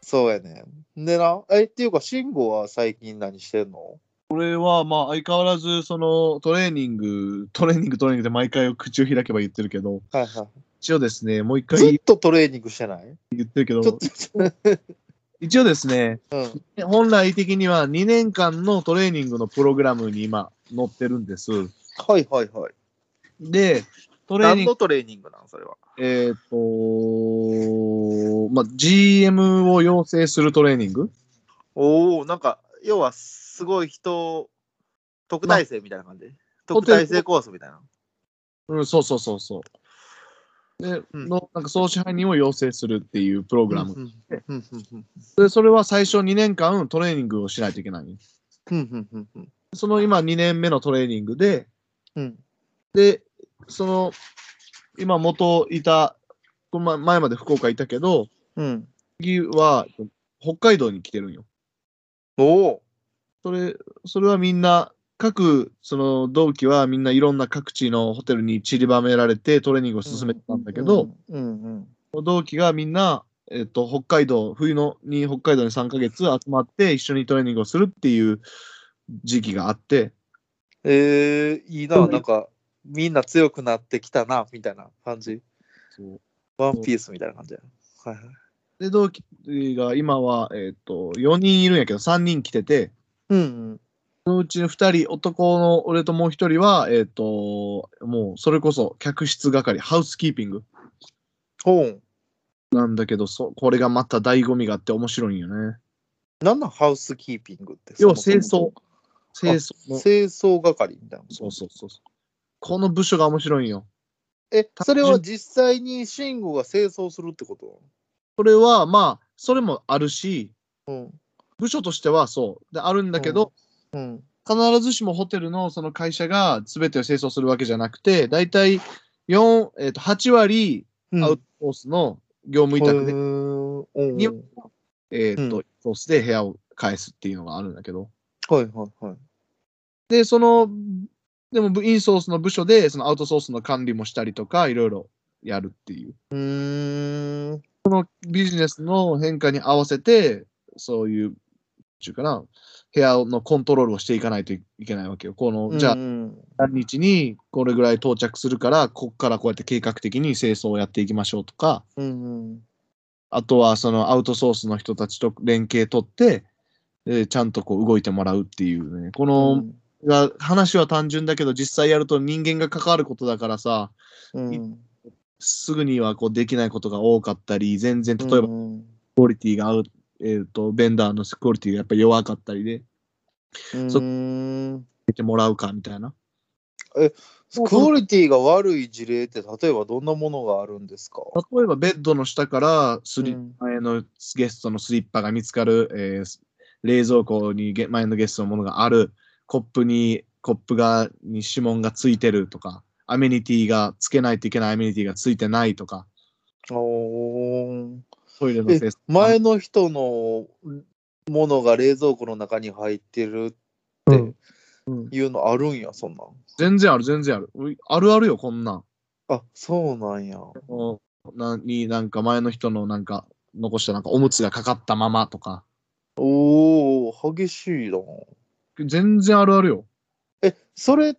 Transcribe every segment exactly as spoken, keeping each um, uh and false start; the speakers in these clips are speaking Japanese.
そうやねん。でな、え、っていうか、慎吾は最近何してんの？ 俺はまあ相変わらずそのトレーニング、トレーニングトレーニングで毎回口を開けば言ってるけど、 はいはい。 一応ですね、もう一回ずっとトレーニングしてない？ 言ってるけちょっど、 とちょっ一応ですね、 と、うん。 本来的にはにねんかんのトレーニングのプログラムに今載ってるんです。 はいはいはい。 で、トレーニング、 何のトレーニングなんそれは。 えっ、と、まあ、ジーエム を養成するトレーニング。 おお、なんか、要はすごい人、特まあ待生みたいな感じ。 ホテル特待生コースみたいな。 うん、そうそうそうそう。で、 うん。 の、なんか総支配人を養成するっていうプログラム。 うんうんうんうんで、それは最初にねんかんトレーニングをしないといけない。 うんうんうんうんその今にねんめのトレーニングで、 うんで、その、今元いた、この前まで福岡いたけど、 うん次は北海道に来てるんよ。 おお。 それ、それはみんな、各、その同期はみんないろんな各地のホテルに散りばめられてトレーニングを進めてたんだけど、 うんうん同期がみんな、えっと、北海道、冬のに北海道にさんかげつ集まって一緒にトレーニングをするっていう時期があって、 えー、いいな、なんか、みんな強くなってきたな、みたいな感じ。 そうワンピースみたいな感じや。はいはい。 で、同期が今は、えっと、よにんいるんやけど、さんにん来てて、 うんうん。 そのうちのふたり、男の俺ともうひとりは、えっと、もうそれこそ客室係、ハウスキーピングほう。 なんだけど、そこれがまた醍醐味があって面白いんよね。 なんなんハウスキーピングって。 要はそもそも清掃、清あ掃の、 清掃係みたいな。 そうそうそうそう。この部署が面白いんよ。 え、それは単純実際に慎吾が清掃するってこと？ それは、まあ、それもあるし、 うん。 部署としてはそう。で、あるんだけど、 うん。 必ずしもホテルのその会社が全てを清掃するわけじゃなくて、だいたいよん、えっと、はち割うん。 アウトソースの業務委託で、 うん。 にえっと、 うんソースで部屋を返すっていうのがあるんだけど、 はいはいはい。 で、その、でも、インソースの部署で、そのアウトソースの管理もしたりとか、いろいろやるっていう。 うーん。 ビジネスの変化に合わせて、そういう、ちゅうかな、部屋のコントロールをしていかないといけないわけよ。この、じゃあ、 うん何日にこれぐらい到着するから、ここからこうやって計画的に清掃をやっていきましょうとか、 うんうん。 あとはそのアウトソースの人たちと連携取って、えーちゃんとこう動いてもらうっていうね。この、 うんが話は単純だけど、実際やると人間が関わることだからさ、いうんすぐにはこうできないことが多かったり、全然、例えば、クうんオリティが合う、えっと、ベンダーのクオリティがやっぱり弱かったりで、 うそこん。 見てもらうかみたいな。 え、 もうそのクオリティが悪い事例って例えばどんなものがあるんですか？ 例えばベッドの下からスリ、 うん前のゲストのスリッパが見つかる、えー冷蔵庫にゲ前のゲストのものがある、コップに、コップが、に指紋がついてるとか、アメニティがつけないといけないアメニティがついてないとか、 おーえ、 トイレの清掃、 前の人のものが冷蔵庫の中に入ってるってうんうんいうのあるんや、そんなん。 全然ある、全然ある。ういあるあるよ、こんなん。 あ、そうなんや。 もうなに、なんか前の人のなんか残したなんかおむつがかかったままとか、 おー、激しいな。 全然あるあるよ。 え、それって、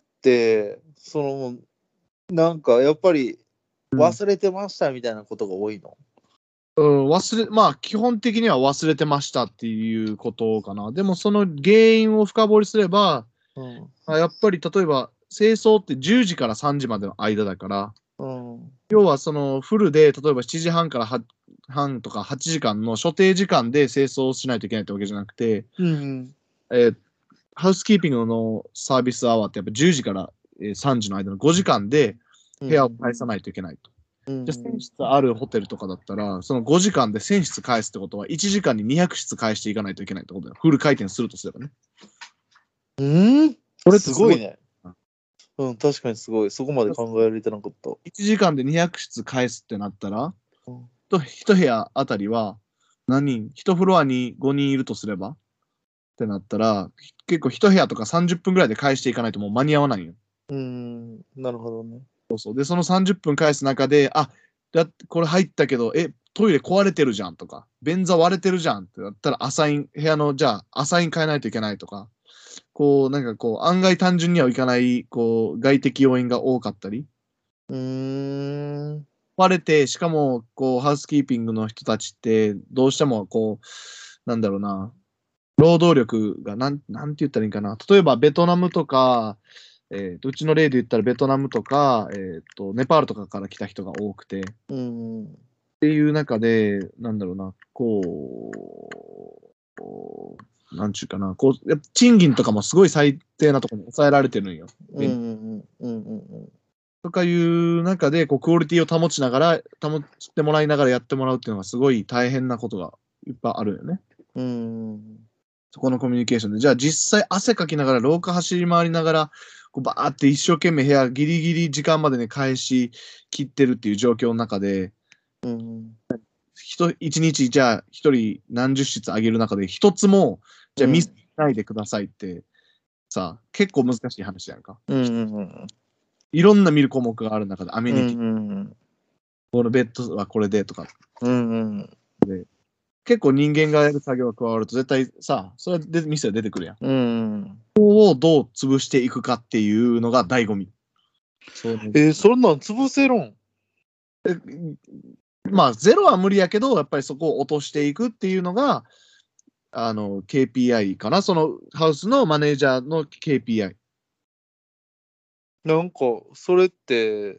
その、なんかやっぱり忘れてましたみたいなことが多いの？ うん、忘れ、まあ、基本的には忘れてましたっていうことかな。でも、その原因を深掘りすれば、 うん。 あやっぱり例えば、清掃ってじゅうじからさんじまでの間だから、 うん。 要はそのフルで、例えばしちじはんからは半とかはちじかんの所定時間で清掃しないといけないってわけじゃなくて、 うん。 えーハウスキーピングのサービスアワーってやっぱじゅうじからえーさんじの間のごじかんで部屋を返さないといけないと。 うん。 じゃあ、せん室あるホテルとかだったら、そのごじかんでせん室返すってことは、いちじかんににひゃく室返していかないといけないってことだよ。フル回転するとすればね。 うんそれってすごいすごいね。うん、確かにすごい。そこまで考えられてなかった。 いちじかんでにひゃく室返すってなったら、 うんといち部屋あたりは何人 ?いち フロアにごにんいるとすればってなったら、結構いち部屋とかさんじゅっぷんぐらいで返していかないともう間に合わないよ。 うーん、なるほどね。 そうそう。で、そのさんじゅっぷん返す中で、あ、だってこれ入ったけど、え、 トイレ壊れてるじゃんとか、便座割れてるじゃんってなったら、アサイン、部屋の、じゃあ、アサイン変えないといけないとか、こう、なんかこう、案外単純にはいかない、こう、外的要因が多かったり、 うーん。 割れて、しかも、こう、ハウスキーピングの人たちって、どうしても、こう、なんだろうな、労働力が、なん、なんて言ったらいいかな。例えば、ベトナムとか、えーと、うちの例で言ったら、ベトナムとか、えっと、ネパールとかから来た人が多くて、っうん。 ていう中で、なんだろうな、こう、こうなんちゅうかな、こう、やっぱ賃金とかもすごい最低なところに抑えられてるんよ。 うんうんうんうんうんとかいう中で、こう、クオリティを保ちながら、保ってもらいながらやってもらうっていうのがすごい大変なことがいっぱいあるよね。 うん。 そこのコミュニケーションで。じゃあ実際汗かきながら、廊下走り回りながら、こうバーって一生懸命部屋ギリギリ時間までに返し切ってるっていう状況の中で、 うん。 人一日じゃあ一人何十室あげる中で一つも、じゃあミスないでくださいって、さ、結構難しい話やんか。 うんうんうんいろんな見る項目がある中で、アメうんうニティ、 んこのベッドはこれでとか、 うんうん結構人間がやる作業が加わると絶対さ、それでミスが出てくるやん。 うん。 ここをどう潰していくかっていうのが醍醐味。そうね。 えー、そんなん潰せろん。 えまあ、ゼロは無理やけど、やっぱりそこを落としていくっていうのが、あの、ケーピーアイ かな。そのハウスのマネージャーの ケーピーアイ。 なんか、それって、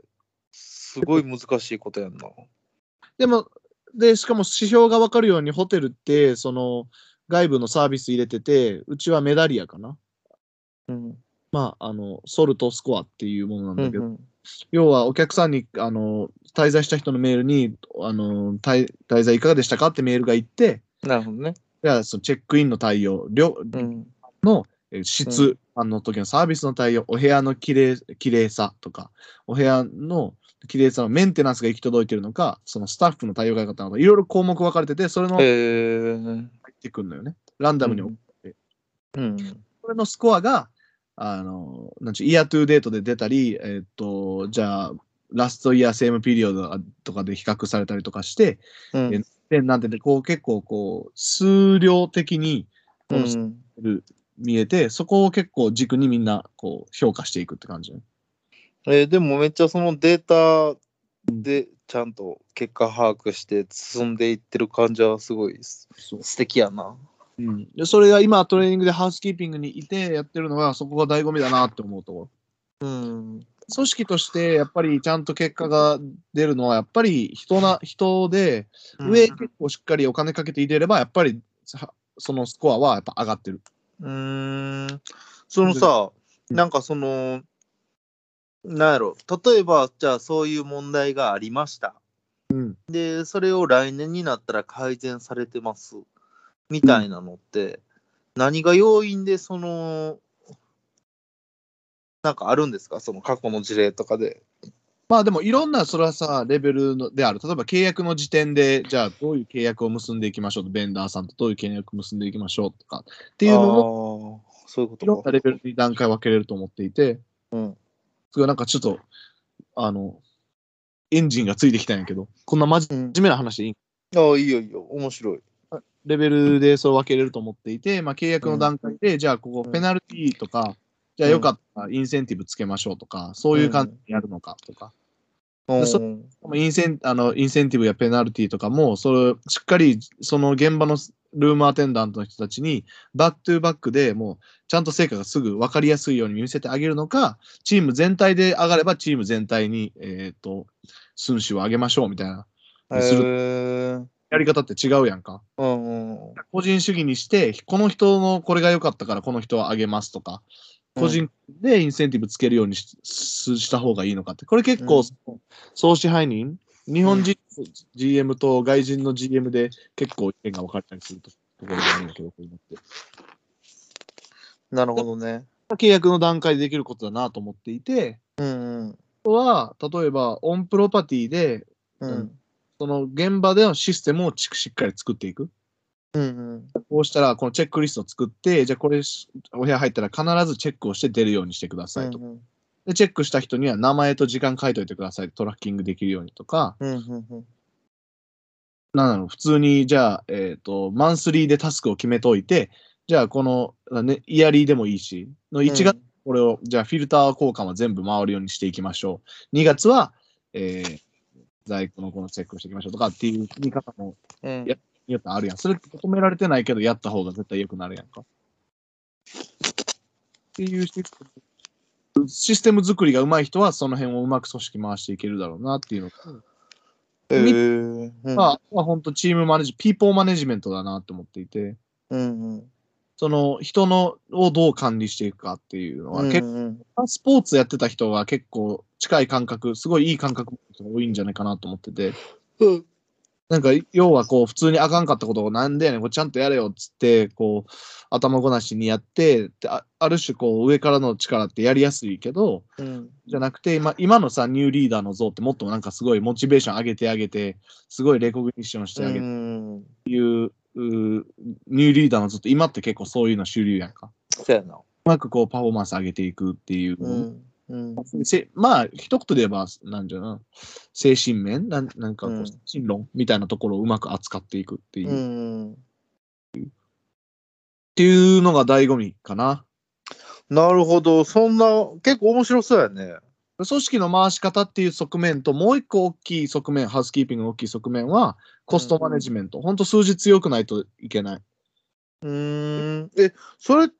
すごい難しいことやんな。 でも、で、しかも指標が分かるように、ホテルって、その、外部のサービス入れてて、うちはメダリアかな。 うん。 まあ、あの、ソルトスコアっていうものなんだけど、 うんうん要はお客さんに、あの、滞在した人のメールに、あの、滞滞在いかがでしたかってメールが行って、 なるほどね。 じゃあそのチェックインの対応、量うんのえー質、あの時のサービスの対応、お部屋のきれい、きれいさとか、お部屋のきれいさのメンテナンスが行き届いてるのか、そのスタッフの対応が良かったのか、いろいろ項目分かれてて、それのへ入え。 ってくるのよね。ランダムに送うんって。 うんそれのスコアが、あの、なんちゅう、イヤートゥーデートで出たり、えっと、じゃあ、ラストイヤーセームピリオドとかで比較されたりとかして、 うんえで、なんてね、こう結構こう、数量的に、このうん見えて、そこを結構軸にみんなこう評価していくって感じね。 えーでもめっちゃそのデータでちゃんと結果把握して進んでいってる感じはすごいすそう。 素敵やな。 うん。で、それが今トレーニングでハウスキーピングにいてやってるのが、そこが醍醐味だなって思うところ。 うん組織としてやっぱりちゃんと結果が出るのはやっぱり人な人で、上結構しっかりお金かけて入れればやっぱりさそのスコアはやっぱ上がってる。 うーん。そのさ、 うんなんかその、なんやろ、例えば、じゃあそういう問題がありました。 うん。 で、それを来年になったら改善されてます。みたいなのって、何が要因でその、なんかあるんですか、その過去の事例とかで。 まあでもいろんなそれはさ、レベルのである。例えば契約の時点で、じゃあどういう契約を結んでいきましょうと、ベンダーさんとどういう契約を結んでいきましょうとかっていうのも、 ああ、そういうこいろんとか。 なレベルに段階分けれると思っていて、 うん。 すごいなんかちょっと、あの、エンジンがついてきたんやけど、こんな真面目な話でいい、 ああ、いいよいいよ、面白い。 レベルでそう分けれると思っていて、まあ、契約の段階で、 うん、 じゃあここうんペナルティーとか、じゃあよかったらインセンティブつけましょうとか、そういう感じでやるのかとか。でそインセンあのインセンティブやペナルティーとかも、それしっかりその現場のルームアテンダントの人たちにバックトゥーバックでもうちゃんと成果がすぐ分かりやすいように見せてあげるのか、チーム全体で上がればチーム全体に、えー、と寸志を上げましょうみたいな、 へするえ。 やり方って違うやんか。 うんうん。 個人主義にして、この人のこれが良かったからこの人は上げますとか、個人でインセンティブつけるように し, した方がいいのかって。これ結構、うん、総支配人、日本人 ジーエム と外人の ジーエム で結構意見が分かれたりするところがあるんだけど、こういうのって。 なるほどね。 契約の段階でできることだなと思っていて、 うんうん。 あとは、例えば、オンプロパティで、 うん、 その現場でのシステムをしっかり作っていく。 うんうん、 こうしたら、このチェックリストを作って、じゃあこれ、お部屋入ったら必ずチェックをして出るようにしてくださいと。うんうん、で、チェックした人には名前と時間書いといてください。トラッキングできるようにとか。 うんうんうん、 なんだろう、普通に、じゃあ、えっ、と、マンスリーでタスクを決めといて、じゃあ、この、ね、イヤリーでもいいし、のいちがつ、これを、じゃあ、フィルター交換は全部回るようにしていきましょう。にがつは、えー、在庫のこのチェックをしていきましょうとかっていう見方も、 うん、 やによってあるやん。それって求められてないけど、やった方が絶対良くなるやんか。っていうシステム、システム作りが上手い人は、その辺をうまく組織回していけるだろうなっていうのと、 えー、うん、 まあ、あとは本当チームマネジ、ピーポーマネジメントだなと思っていて、 うんうんその人のをどう管理していくかっていうのは、 うん結うん構、スポーツやってた人は結構近い感覚、すごいいい感覚の人が多いんじゃないかなと思ってて、 うんなんか、要はこう、普通にあかんかったことをなんでやねん、これちゃんとやれよっつって、こう、頭ごなしにやって、であある種こう、上からの力ってやりやすいけど、 うんじゃなくて、今今のさ、ニューリーダーの像ってもっとなんかすごいモチベーション上げてあげて、すごいレコグニッションしてあげて、 うんうニューリーダーのずっと今って結構そういうの主流やんか。 そうやな。 うまくこうパフォーマンス上げていくっていうの、 うんうんせまあ一言で言えばなんじゃな精神面なんなんかこうんう精神論みたいなところをうまく扱っていくっていう、 うっんていうのが醍醐味かな。 なるほど。そんな、結構面白そうやね。 組織の回し方っていう側面ともう一個大きい側面、ハウスキーピングの大きい側面はコストマネジメント。ほんと数字強くないといけない。 うーん。え、それって、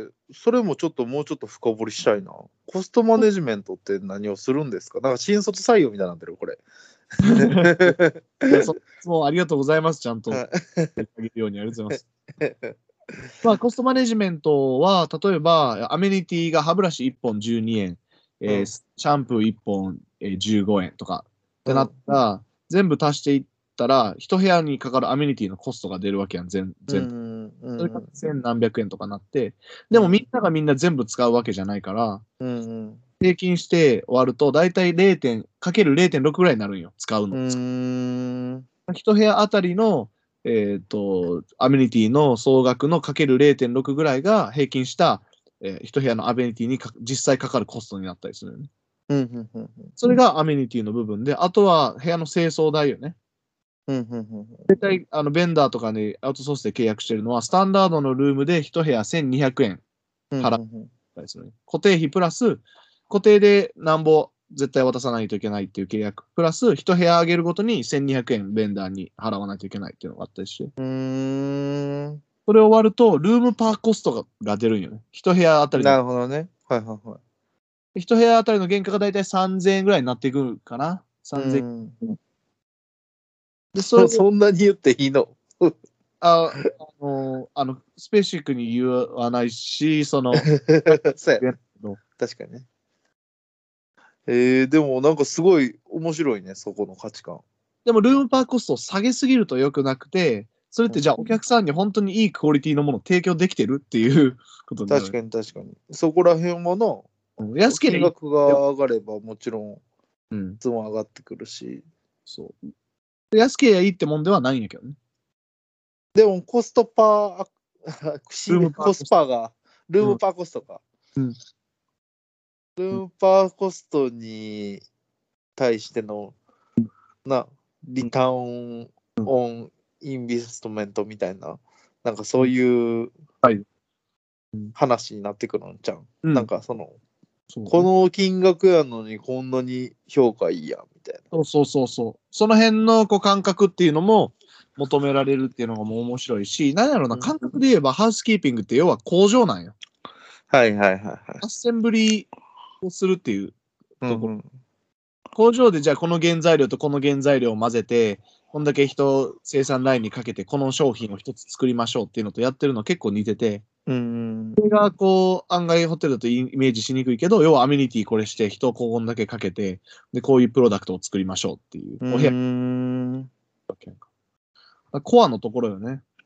それもちょっともうちょっと深掘りしたいな。コストマネジメントって何をするんですか？なんか新卒採用みたいになってる、これ。 いや、そ質問ありがとうございます。ちゃんとはいあげるようにありがとうございます。まあ、コストマネジメントは、例えば、アメニティが歯ブラシいっぽんじゅうにえん、えーうんシャンプーいっぽん、えーじゅうごえんとかってなうんったら、全部足していったら、一部屋にかかるアメニティのコストが出るわけやん、全う全んうそれがん千何百円とかなって、でもみんながみんな全部使うわけじゃないから、 うん平均して終わると、だいたいれいてんかけるれいてんろくぐらいになるんよ、使ううの。 ん一部屋あたりの、えっと、アメニティの総額のかけるれいてんろくぐらいが平均した、えー一部屋のアメニティにか実際かかるコストになったりするよね。 うんうんうんそれがアメニティの部分で、あとは部屋の清掃代よね。 うんうん絶対、あの、ベンダーとかにアウトソースで契約してるのは、スタンダードのルームで一部屋せんにひゃくえんうん払ったりするね。固定費プラス、固定でなんぼ絶対渡さないといけないっていう契約、プラス一部屋あげるごとにせんにひゃくえんベンダーに払わないといけないっていうのがあったりして、 うんそれを割ると、ルームパーコストがが出るんよね。一部屋あたりなの、 るほどね。はいはいはい。 一部屋あたりの原価がだいたいさんぜんえんぐらいになってくるかな。 うさんぜんんえん。で、それを、 そんなに言っていいの？ あ、あの、あの、スペシフィックに言わないし、その、 そうやね。確かにね。えー、でもなんかすごい面白いね、そこの価値観。 でもルームパーコストを下げすぎると良くなくて、それってじゃあお客さんに本当にいいクオリティのものを提供できてるっていうことになる。 確かに確かに。そこら辺はな、 うん安ければいい。 金額が上がればもちろんうん。 質も上がってくるし。 そう。で安ければいいってもんではないんやけどね。 でもコストパー、 ルームパーコスパが、ルームパーコストか。 うん。 ルームパーコストに対しての、な、リターンオンインベストメントみたいな、なんかそういうはい話になってくるんちゃう、 うんなんかその、 そうこの金額やのにこんなに評価いいやんみたいな。 そうそうそうそう。その辺のこう感覚っていうのも求められるっていうのがもう面白いし、何やろうな、 うん感覚で言えばハウスキーピングって要は工場なんよ。 はいはいはいはい。 アッセンブリをするっていうところ。 うんうん工場でじゃあこの原材料とこの原材料を混ぜて、こんだけ人生産ラインにかけてこの商品を一つ作りましょうっていうのとやってるの結構似てて、 うんそれがこう案外ホテルだとイメージしにくいけど、要はアメニティこれして人をこんだけかけて、でこういうプロダクトを作りましょうっていう、 うん。 お部屋うんコアのところよね。